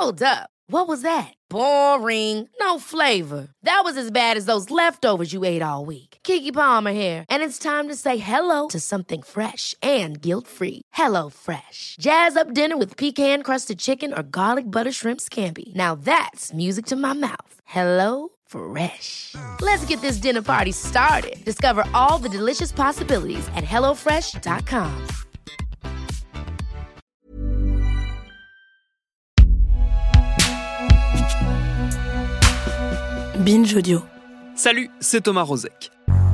Hold up. What was that? Boring. No flavor. That was as bad as those leftovers you ate all week. Keke Palmer here. And it's time to say hello to something fresh and guilt-free. Hello Fresh. Jazz up dinner with pecan-crusted chicken or garlic butter shrimp scampi. Now that's music to my mouth. Hello Fresh. Let's get this dinner party started. Discover all the delicious possibilities at hellofresh.com. Binge Audio. Salut, c'est Thomas Rozek.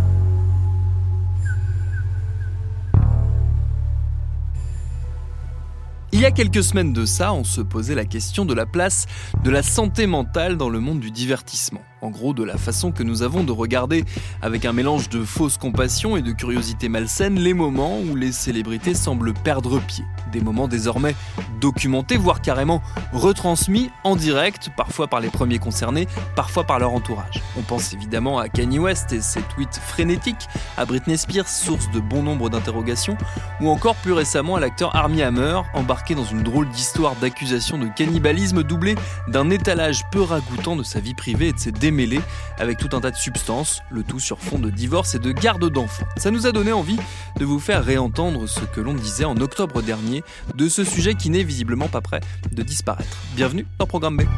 Il y a quelques semaines de ça, on se posait la question de la place de la santé mentale dans le monde du divertissement. En gros, de la façon que nous avons de regarder avec un mélange de fausse compassion et de curiosité malsaine les moments où les célébrités semblent perdre pied. Des moments désormais documentés, voire carrément retransmis en direct, parfois par les premiers concernés, parfois par leur entourage. On pense évidemment à Kanye West et ses tweets frénétiques, à Britney Spears, source de bon nombre d'interrogations, ou encore plus récemment à l'acteur Armie Hammer, embarqué dans une drôle d'histoire d'accusation de cannibalisme doublée d'un étalage peu ragoûtant de sa vie privée et de ses démêlés, avec tout un tas de substances, le tout sur fond de divorce et de garde d'enfants. Ça nous a donné envie de vous faire réentendre ce que l'on disait en octobre dernier de ce sujet qui n'est visiblement pas prêt de disparaître. Bienvenue dans Programme B.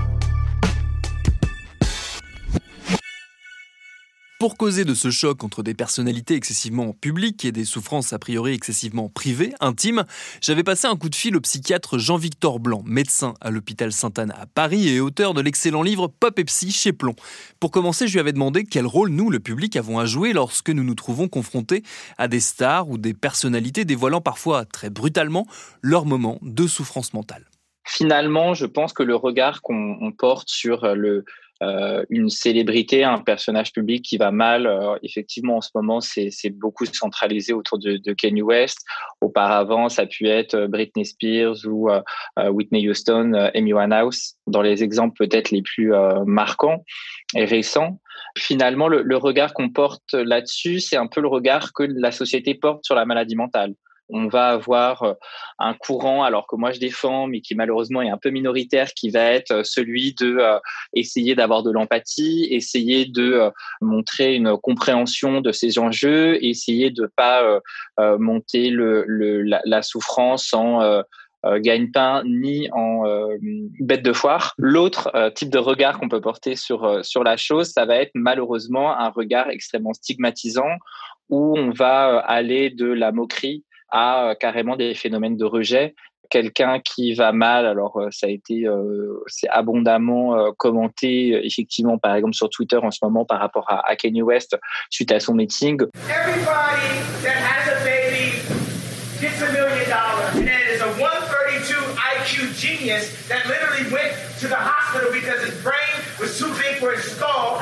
Pour causer de ce choc entre des personnalités excessivement publiques et des souffrances a priori excessivement privées, intimes, j'avais passé un coup de fil au psychiatre Jean-Victor Blanc, médecin à l'hôpital Sainte-Anne à Paris et auteur de l'excellent livre Pop et Psy chez Plomb. Pour commencer, je lui avais demandé quel rôle nous, le public, avons à jouer lorsque nous nous trouvons confrontés à des stars ou des personnalités dévoilant parfois très brutalement leurs moments de souffrance mentale. Finalement, je pense que le regard qu'on porte sur une célébrité, un personnage public qui va mal, effectivement en ce moment c'est beaucoup centralisé autour de Kanye West. Auparavant ça a pu être Britney Spears ou Whitney Houston, Amy Winehouse, dans les exemples peut-être les plus marquants et récents. Finalement le regard qu'on porte là-dessus, c'est un peu le regard que la société porte sur la maladie mentale. On va avoir un courant, alors que moi je défends, mais qui malheureusement est un peu minoritaire, qui va être celui de essayer d'avoir de l'empathie, essayer de montrer une compréhension de ces enjeux, essayer de pas monter la souffrance en gagne-pain ni en bête de foire. L'autre type de regard qu'on peut porter sur la chose, ça va être malheureusement un regard extrêmement stigmatisant, où on va aller de la moquerie à carrément des phénomènes de rejet. Quelqu'un qui va mal, alors ça a été c'est abondamment commenté effectivement par exemple sur Twitter en ce moment par rapport à Kanye West suite à son meeting. Everybody that has a baby gets $1 million, and it is a 132 IQ genius that literally went to the hospital because his brain was too big for his skull.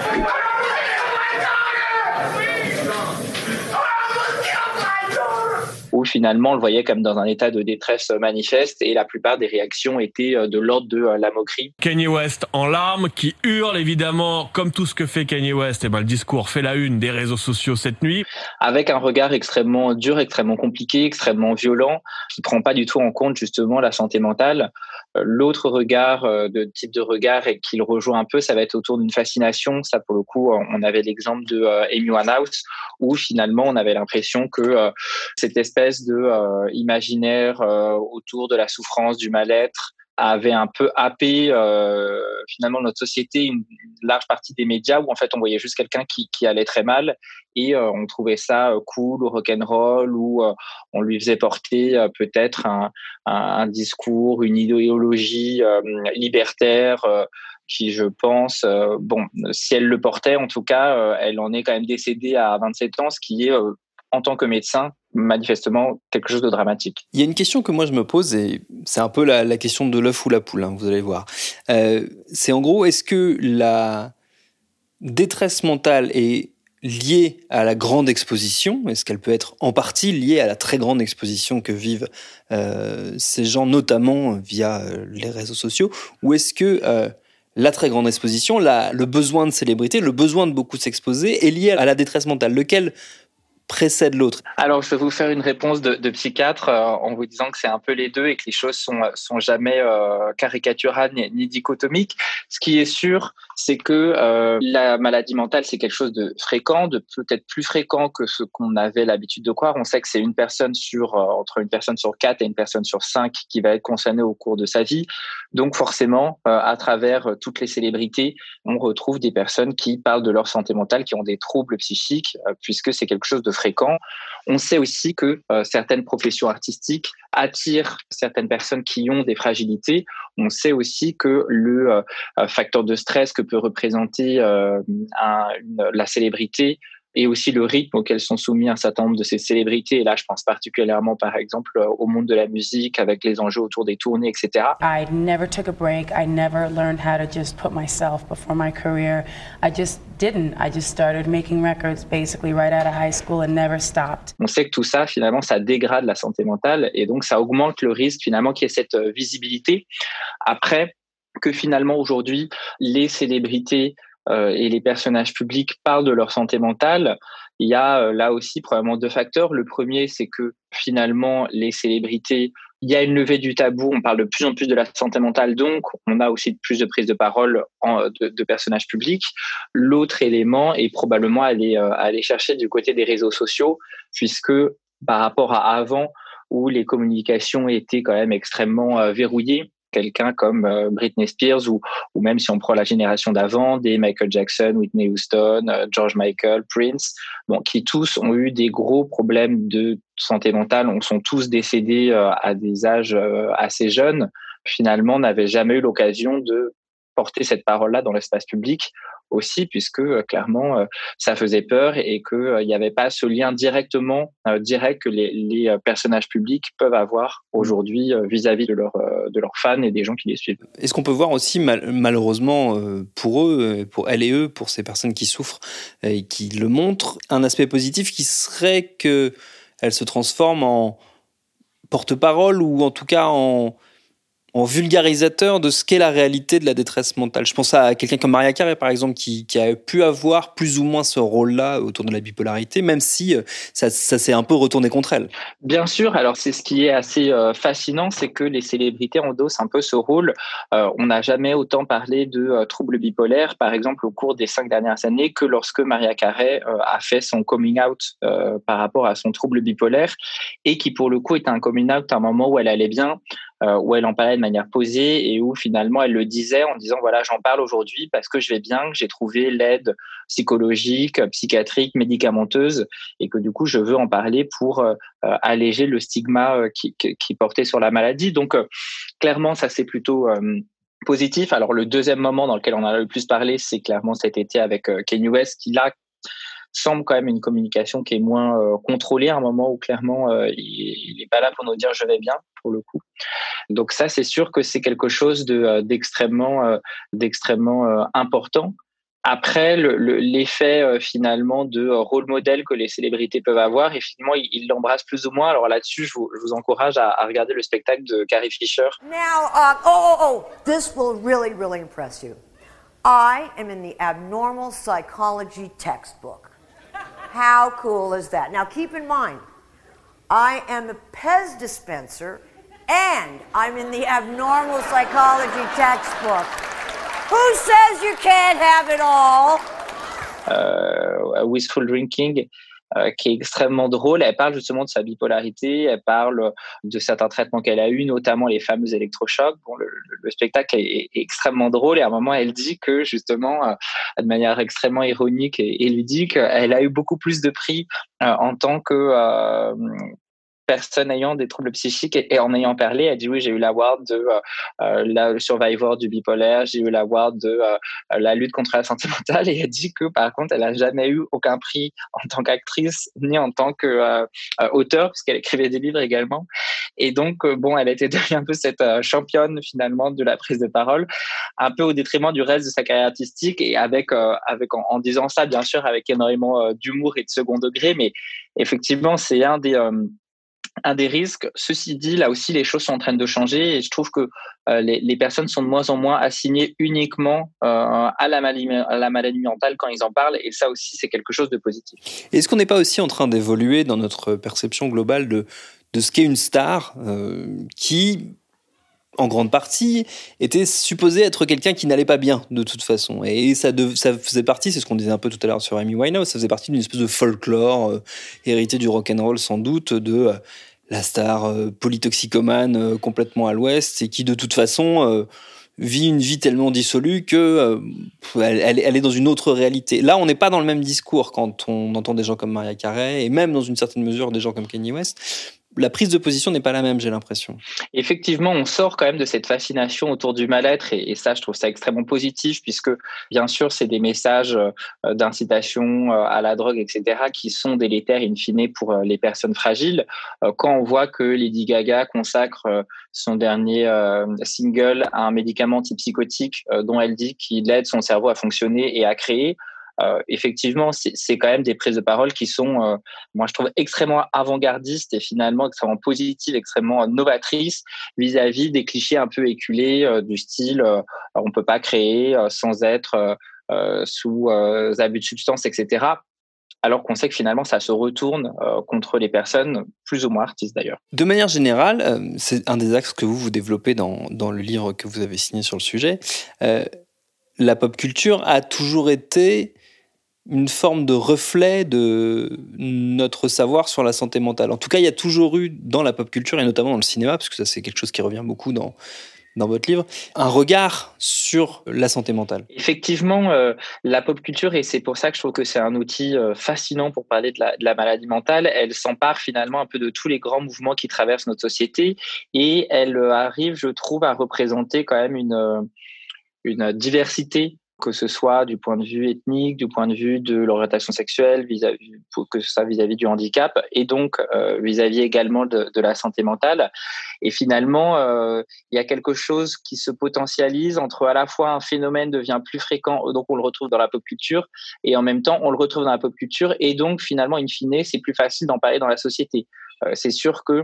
Où finalement on le voyait comme dans un état de détresse manifeste et la plupart des réactions étaient de l'ordre de la moquerie. Kanye West en larmes, qui hurle évidemment, comme tout ce que fait Kanye West, le discours fait la une des réseaux sociaux cette nuit. Avec un regard extrêmement dur, extrêmement compliqué, extrêmement violent, qui ne prend pas du tout en compte justement la santé mentale. L'autre regard, type de regard et qui le rejoint un peu, ça va être autour d'une fascination. Ça pour le coup, on avait l'exemple de Amy Winehouse, où finalement on avait l'impression que cette espèce de imaginaire autour de la souffrance, du mal-être, avait un peu happé finalement notre société, une large partie des médias, où en fait on voyait juste quelqu'un qui allait très mal et on trouvait ça cool ou rock'n'roll, ou on lui faisait porter peut-être un discours, une idéologie libertaire qui, je pense, si elle le portait, en tout cas, elle en est quand même décédée à 27 ans, ce qui est en tant que médecin, manifestement quelque chose de dramatique. Il y a une question que moi je me pose, et c'est un peu la question de l'œuf ou la poule, vous allez voir. C'est en gros, est-ce que la détresse mentale est liée à la grande exposition ? Est-ce qu'elle peut être en partie liée à la très grande exposition que vivent ces gens, notamment via les réseaux sociaux ? Ou est-ce que la très grande exposition, le besoin de célébrité, le besoin de beaucoup s'exposer est lié à la détresse mentale ? Lequel précède l'autre? Alors, je vais vous faire une réponse de psychiatre en vous disant que c'est un peu les deux et que les choses sont jamais caricaturales ni dichotomiques. Ce qui est sûr, c'est que la maladie mentale, c'est quelque chose de fréquent, de peut-être plus fréquent que ce qu'on avait l'habitude de croire. On sait que c'est une personne entre une personne sur 4 et une personne sur 5 qui va être concernée au cours de sa vie. Donc, forcément, à travers toutes les célébrités, on retrouve des personnes qui parlent de leur santé mentale, qui ont des troubles psychiques, puisque c'est quelque chose de fréquent. On sait aussi que certaines professions artistiques attirent certaines personnes qui ont des fragilités. On sait aussi que le facteur de stress que peut représenter la célébrité et aussi le rythme auquel sont soumis un certain nombre de ces célébrités. Et là, je pense particulièrement, par exemple, au monde de la musique, avec les enjeux autour des tournées, etc. I never took a break. I never learned how to just put myself before my career. I just didn't. I just started making records basically right out of high school and never stopped. On sait que tout ça, finalement, ça dégrade la santé mentale et donc ça augmente le risque, finalement, qu'il y ait cette visibilité. Après, que finalement, aujourd'hui, les célébrités et les personnages publics parlent de leur santé mentale, il y a là aussi probablement 2 facteurs. Le premier, c'est que finalement, les célébrités, il y a une levée du tabou, on parle de plus en plus de la santé mentale, donc on a aussi plus de prise de parole de personnages publics. L'autre élément est probablement aller chercher du côté des réseaux sociaux, puisque par rapport à avant, où les communications étaient quand même extrêmement verrouillées, quelqu'un comme Britney Spears ou même si on prend la génération d'avant, des Michael Jackson, Whitney Houston, George Michael, Prince, qui tous ont eu des gros problèmes de santé mentale, sont tous décédés à des âges assez jeunes, finalement n'avaient jamais eu l'occasion de porter cette parole-là dans l'espace public aussi, puisque clairement ça faisait peur et qu'il n'y avait pas ce lien direct que les personnages publics peuvent avoir aujourd'hui vis-à-vis de leurs fans et des gens qui les suivent. Est-ce qu'on peut voir aussi malheureusement pour eux, pour elles et eux, pour ces personnes qui souffrent et qui le montrent, un aspect positif qui serait qu'elles se transforment en porte-parole ou en tout cas en vulgarisateur de ce qu'est la réalité de la détresse mentale. Je pense à quelqu'un comme Mariah Carey, par exemple, qui a pu avoir plus ou moins ce rôle-là autour de la bipolarité, même si ça s'est un peu retourné contre elle. Bien sûr, alors c'est ce qui est assez fascinant, c'est que les célébrités endossent un peu ce rôle. On n'a jamais autant parlé de troubles bipolaires, par exemple, au cours des 5 dernières années, que lorsque Mariah Carey a fait son coming out par rapport à son trouble bipolaire, et qui, pour le coup, était un coming out à un moment où elle allait bien, où elle en parlait de manière posée et où finalement elle le disait en disant voilà, j'en parle aujourd'hui parce que je vais bien, que j'ai trouvé l'aide psychologique, psychiatrique, médicamenteuse et que du coup je veux en parler pour alléger le stigma qui portait sur la maladie. Donc clairement ça c'est plutôt positif. Alors le deuxième moment dans lequel on a le plus parlé, c'est clairement cet été avec Kanye West qui là semble quand même une communication qui est moins contrôlée à un moment où clairement il n'est pas là pour nous dire je vais bien pour le coup. Donc ça c'est sûr que c'est quelque chose d'extrêmement important. Après l'effet finalement de rôle modèle que les célébrités peuvent avoir et finalement ils l'embrassent plus ou moins. Alors là-dessus je vous encourage à regarder le spectacle de Carrie Fisher. Now this will really impress you. I am in the abnormal psychology textbook. How cool is that? Now keep in mind, I am a Pez dispenser and I'm in the abnormal psychology textbook. Who says you can't have it all? Wishful Drinking, qui est extrêmement drôle. Elle parle justement de sa bipolarité, elle parle de certains traitements qu'elle a eus, notamment les fameux électrochocs. Bon, le spectacle est extrêmement drôle et à un moment, elle dit que justement, de manière extrêmement ironique, et lui dit qu'elle a eu beaucoup plus de prix en tant que personne ayant des troubles psychiques et en ayant parlé, elle dit oui, j'ai eu l'award de le survivor du bipolaire, j'ai eu l'award de la lutte contre la santé mentale et elle dit que par contre elle n'a jamais eu aucun prix en tant qu'actrice ni en tant qu'auteur puisqu'elle écrivait des livres également et donc elle était devenue un peu cette championne finalement de la prise de parole un peu au détriment du reste de sa carrière artistique et avec en disant ça bien sûr avec énormément d'humour et de second degré mais effectivement c'est un un des risques. Ceci dit, là aussi, les choses sont en train de changer et je trouve que les personnes sont de moins en moins assignées uniquement à la maladie mentale quand ils en parlent, et ça aussi, c'est quelque chose de positif. Est-ce qu'on n'est pas aussi en train d'évoluer dans notre perception globale de ce qu'est une star qui, en grande partie, était supposé être quelqu'un qui n'allait pas bien, de toute façon. Et ça faisait partie, c'est ce qu'on disait un peu tout à l'heure sur Amy Winehouse, ça faisait partie d'une espèce de folklore hérité du rock'n'roll sans doute, de la star polytoxicomane complètement à l'ouest, et qui de toute façon vit une vie tellement dissolue que elle est dans une autre réalité. Là, on n'est pas dans le même discours quand on entend des gens comme Mariah Carey, et même dans une certaine mesure des gens comme Kanye West. La prise de position n'est pas la même, j'ai l'impression. Effectivement, on sort quand même de cette fascination autour du mal-être, et ça, je trouve ça extrêmement positif, puisque bien sûr, c'est des messages d'incitation à la drogue, etc., qui sont délétères in fine pour les personnes fragiles. Quand on voit que Lady Gaga consacre son dernier single à un médicament antipsychotique dont elle dit qu'il aide son cerveau à fonctionner et à créer, effectivement, c'est quand même des prises de parole qui sont, moi je trouve, extrêmement avant-gardistes et finalement extrêmement positives, extrêmement novatrices vis-à-vis des clichés un peu éculés du style on peut pas créer sans être sous abus de substances, etc. Alors qu'on sait que finalement ça se retourne contre les personnes plus ou moins artistes d'ailleurs. De manière générale, c'est un des axes que vous développez dans le livre que vous avez signé sur le sujet. La pop culture a toujours été une forme de reflet de notre savoir sur la santé mentale. En tout cas, il y a toujours eu dans la pop culture, et notamment dans le cinéma, parce que ça c'est quelque chose qui revient beaucoup dans votre livre, un regard sur la santé mentale. Effectivement, la pop culture, et c'est pour ça que je trouve que c'est un outil fascinant pour parler de la maladie mentale, elle s'empare finalement un peu de tous les grands mouvements qui traversent notre société, et elle arrive, je trouve, à représenter quand même une diversité, que ce soit du point de vue ethnique, du point de vue de l'orientation sexuelle, que ce soit vis-à-vis du handicap, et donc vis-à-vis également de la santé mentale. Et finalement, il y a quelque chose qui se potentialise entre à la fois un phénomène devient plus fréquent, donc on le retrouve dans la pop culture, et en même temps on le retrouve dans la pop culture, et donc finalement, in fine, c'est plus facile d'en parler dans la société. C'est sûr que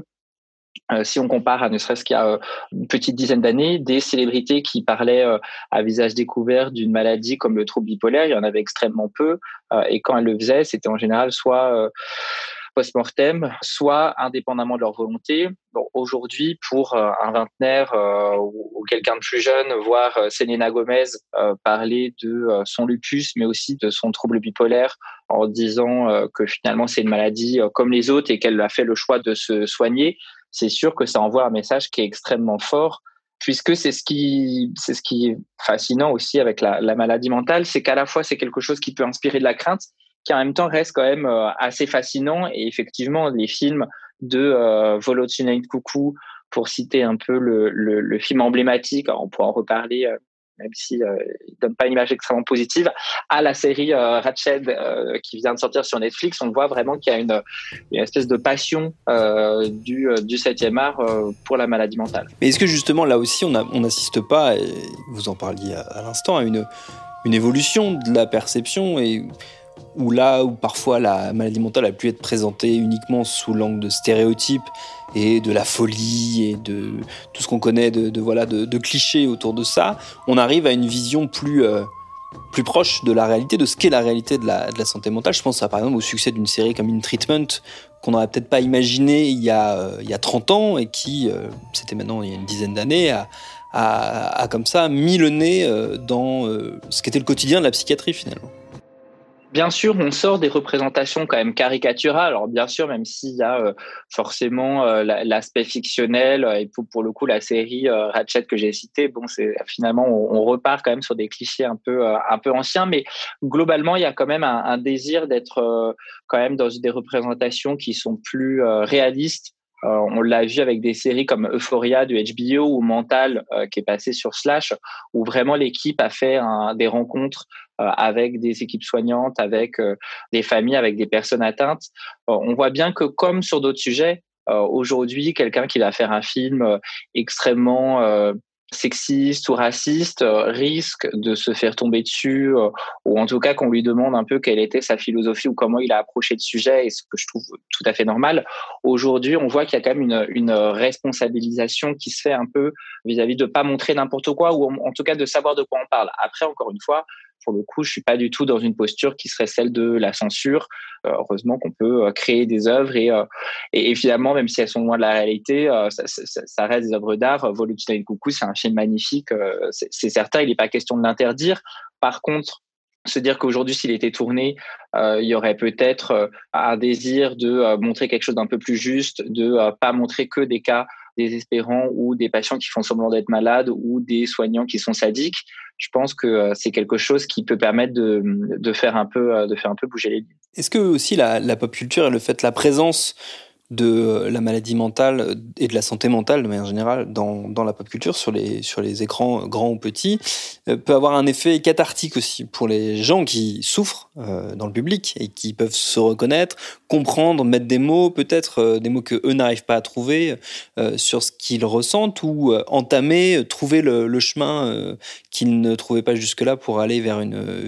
si on compare à ne serait-ce qu'il y a une petite dizaine d'années, des célébrités qui parlaient à visage découvert d'une maladie comme le trouble bipolaire, il y en avait extrêmement peu. Et quand elles le faisaient, c'était en général soit post-mortem, soit indépendamment de leur volonté. Bon, aujourd'hui, pour un vingtenaire ou quelqu'un de plus jeune, voir Selena Gomez parler de son lupus, mais aussi de son trouble bipolaire, en disant que finalement c'est une maladie comme les autres et qu'elle a fait le choix de se soigner, c'est sûr que ça envoie un message qui est extrêmement fort, puisque c'est ce qui est fascinant aussi avec la maladie mentale, c'est qu'à la fois c'est quelque chose qui peut inspirer de la crainte, qui en même temps reste quand même assez fascinant. Et effectivement, les films de Volodymyr Coucou, pour citer un peu le film emblématique, on pourra en reparler, même s'il ne donne pas une image extrêmement positive, à la série Ratched qui vient de sortir sur Netflix, on voit vraiment qu'il y a une espèce de passion du 7e art pour la maladie mentale. Mais est-ce que justement, là aussi, on n'assiste pas, et vous en parliez à l'instant, à une évolution de la perception, et où parfois la maladie mentale a pu être présentée uniquement sous l'angle de stéréotypes et de la folie et de tout ce qu'on connaît de clichés autour de ça, on arrive à une vision plus proche de la réalité, de ce qu'est la réalité de la santé mentale. Je pense par exemple au succès d'une série comme In Treatment, qu'on n'aurait peut-être pas imaginé il y a 30 ans, et qui, c'était maintenant il y a une dizaine d'années, a comme ça mis le nez dans ce qu'était le quotidien de la psychiatrie finalement. Bien sûr, on sort des représentations quand même caricaturales. Alors bien sûr, même s'il y a forcément l'aspect fictionnel, et pour le coup la série Ratched que j'ai citée, bon, c'est finalement on repart quand même sur des clichés un peu anciens, mais globalement il y a quand même un désir d'être quand même dans des représentations qui sont plus réalistes. On l'a vu avec des séries comme Euphoria du HBO ou Mental qui est passé sur Slash, où vraiment l'équipe a fait des rencontres avec des équipes soignantes, avec des familles, avec des personnes atteintes. On voit bien que comme sur d'autres sujets, aujourd'hui, quelqu'un qui va faire un film extrêmement sexiste ou raciste risque de se faire tomber dessus, ou en tout cas qu'on lui demande un peu quelle était sa philosophie ou comment il a approché le sujet, et ce que je trouve tout à fait normal. Aujourd'hui, on voit qu'il y a quand même une responsabilisation qui se fait un peu vis-à-vis de pas montrer n'importe quoi, ou en tout cas de savoir de quoi on parle. Après, encore une fois, pour le coup, je suis pas du tout dans une posture qui serait celle de la censure. Heureusement qu'on peut créer des œuvres et finalement, même si elles sont loin de la réalité, ça reste des œuvres d'art. Volutine Coucou, c'est un film magnifique. C'est certain, il n'est pas question de l'interdire. Par contre, se dire qu'aujourd'hui, s'il était tourné, il y aurait peut-être un désir de montrer quelque chose d'un peu plus juste, de pas montrer que des cas désespérants ou des patients qui font semblant d'être malades ou des soignants qui sont sadiques. Je pense que c'est quelque chose qui peut permettre de faire un peu bouger les lignes. Est-ce que aussi la pop culture et le fait, la présence de la maladie mentale et de la santé mentale de manière générale dans la pop culture sur les écrans grands ou petits peut avoir un effet cathartique aussi pour les gens qui souffrent dans le public et qui peuvent se reconnaître, comprendre, mettre des mots, peut-être des mots que eux n'arrivent pas à trouver sur ce qu'ils ressentent, ou entamer, trouver le chemin qu'ils ne trouvaient pas jusque-là pour aller vers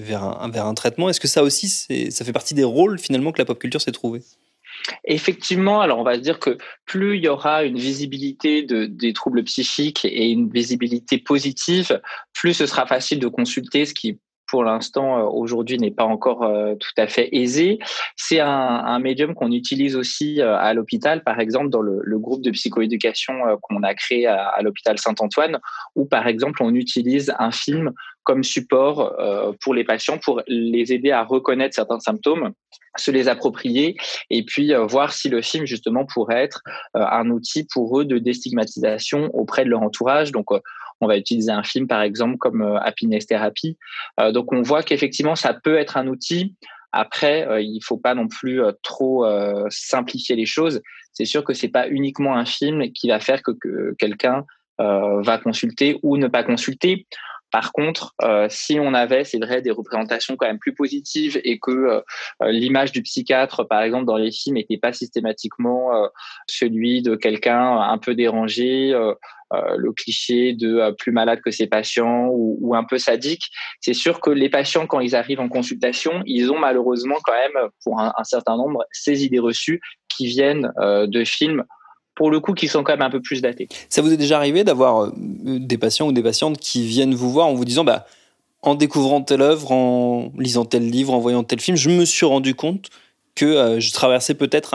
un traitement. Est-ce que ça aussi ça fait partie des rôles finalement que la pop culture s'est trouvée? Effectivement, alors on va se dire que plus il y aura une visibilité des troubles psychiques et une visibilité positive, plus ce sera facile de consulter, ce qui pour l'instant aujourd'hui n'est pas encore tout à fait aisé. C'est un médium qu'on utilise aussi à l'hôpital, par exemple dans le groupe de psychoéducation qu'on a créé à l'hôpital Saint-Antoine, où par exemple on utilise un film comme support pour les patients, pour les aider à reconnaître certains symptômes, se les approprier et puis voir si le film justement pourrait être un outil pour eux de déstigmatisation auprès de leur entourage. Donc on va utiliser un film par exemple comme Happiness Therapy. Donc on voit qu'effectivement ça peut être un outil. Après, il faut pas non plus trop simplifier les choses. C'est sûr que c'est pas uniquement un film qui va faire que quelqu'un va consulter ou ne pas consulter. Par contre, si on avait, c'est vrai, des représentations quand même plus positives et que l'image du psychiatre, par exemple, dans les films, n'était pas systématiquement celui de quelqu'un un peu dérangé, le cliché de plus malade que ses patients ou un peu sadique, c'est sûr que les patients, quand ils arrivent en consultation, ils ont malheureusement quand même, pour un certain nombre, ces idées reçues qui viennent de films pour le coup, qui sont quand même un peu plus datés. Ça vous est déjà arrivé d'avoir des patients ou des patientes qui viennent vous voir en vous disant en découvrant telle œuvre, en lisant tel livre, en voyant tel film, je me suis rendu compte que je traversais peut-être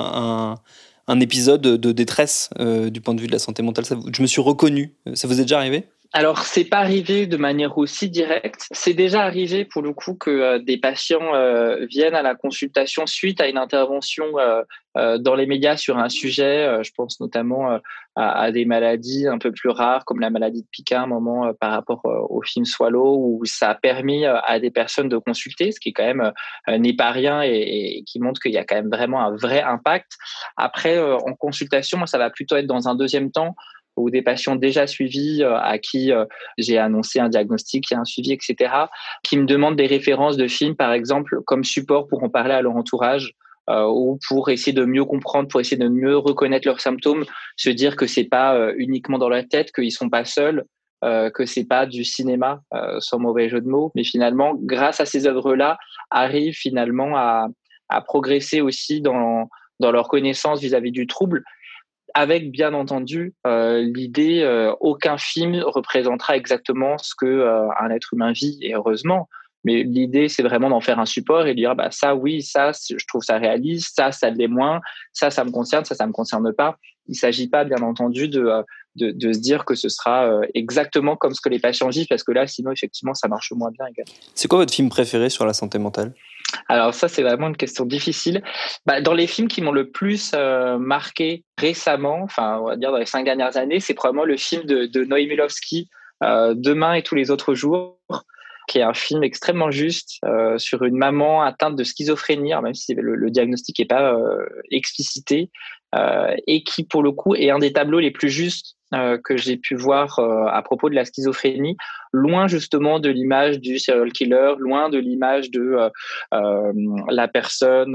un épisode de détresse du point de vue de la santé mentale. Je me suis reconnu. Ça vous est déjà arrivé ? Alors, c'est pas arrivé de manière aussi directe. C'est déjà arrivé, pour le coup, que des patients viennent à la consultation suite à une intervention dans les médias sur un sujet. Je pense notamment à des maladies un peu plus rares, comme la maladie de Pica, à un moment, par rapport au film Swallow, où ça a permis à des personnes de consulter, ce qui quand même n'est pas rien et qui montre qu'il y a quand même vraiment un vrai impact. Après, en consultation, ça va plutôt être dans un deuxième temps, ou des patients déjà suivis à qui j'ai annoncé un diagnostic, il y a un suivi, etc., qui me demandent des références de films, par exemple, comme support pour en parler à leur entourage ou pour essayer de mieux comprendre, pour essayer de mieux reconnaître leurs symptômes, se dire que c'est pas uniquement dans leur tête, qu'ils sont pas seuls, que c'est pas du cinéma, sans mauvais jeu de mots, mais finalement, grâce à ces œuvres-là, arrivent finalement à progresser aussi dans leur connaissance vis-à-vis du trouble. Avec bien entendu l'idée, aucun film représentera exactement ce que un être humain vit, et heureusement. Mais l'idée, c'est vraiment d'en faire un support et de dire ça oui, ça je trouve ça réaliste, ça l'est moins, ça me concerne, ça me concerne pas. Il s'agit pas bien entendu de se dire que ce sera exactement comme ce que les patients vivent, parce que là sinon effectivement ça marche moins bien également. C'est quoi votre film préféré sur la santé mentale ? Alors ça, c'est vraiment une question difficile. Dans les films qui m'ont le plus marqué récemment, enfin on va dire dans les 5 dernières années, c'est probablement le film de Noé Milowski, Demain et tous les autres jours, qui est un film extrêmement juste sur une maman atteinte de schizophrénie, même si le diagnostic n'est pas explicité, et qui pour le coup est un des tableaux les plus justes que j'ai pu voir à propos de la schizophrénie, loin justement de l'image du serial killer, loin de l'image de la personne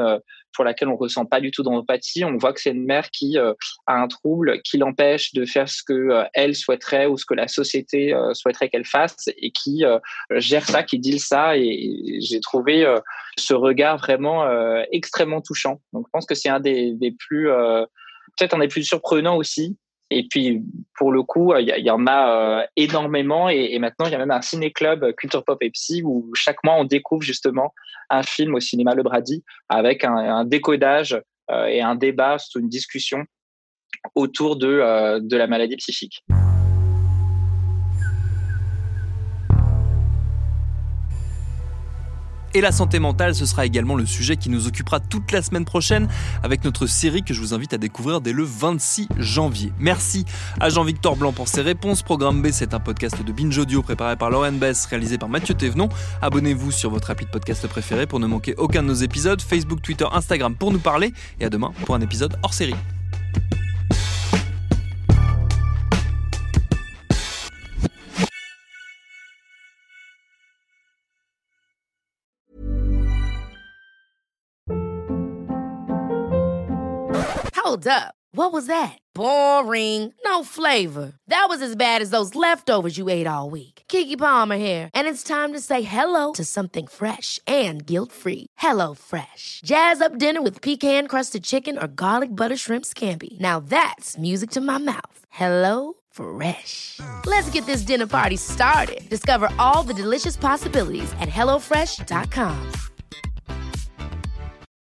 pour laquelle on ressent pas du tout d'empathie. On voit que c'est une mère qui a un trouble qui l'empêche de faire ce que elle souhaiterait ou ce que la société souhaiterait qu'elle fasse et qui gère ça, qui deal ça. Et j'ai trouvé ce regard vraiment extrêmement touchant. Donc, je pense que c'est un des plus, peut-être un des plus surprenants aussi. Et puis, pour le coup, il y en a énormément. Et maintenant, il y a même un ciné-club Culture Pop et Psy où chaque mois, on découvre justement un film au cinéma Le Brady avec un décodage et un débat, une discussion autour de la maladie psychique. Et la santé mentale, ce sera également le sujet qui nous occupera toute la semaine prochaine avec notre série que je vous invite à découvrir dès le 26 janvier. Merci à Jean-Victor Blanc pour ses réponses. Programme B, c'est un podcast de Binge Audio préparé par Lauren Bess, réalisé par Mathieu Thévenon. Abonnez-vous sur votre appli de podcast préféré pour ne manquer aucun de nos épisodes. Facebook, Twitter, Instagram pour nous parler. Et à demain pour un épisode hors série. Hold up. What was that? Boring. No flavor. That was as bad as those leftovers you ate all week. Keke Palmer here, and it's time to say hello to something fresh and guilt-free. Hello Fresh. Jazz up dinner with pecan-crusted chicken or garlic butter shrimp scampi. Now that's music to my mouth. Hello Fresh. Let's get this dinner party started. Discover all the delicious possibilities at HelloFresh.com.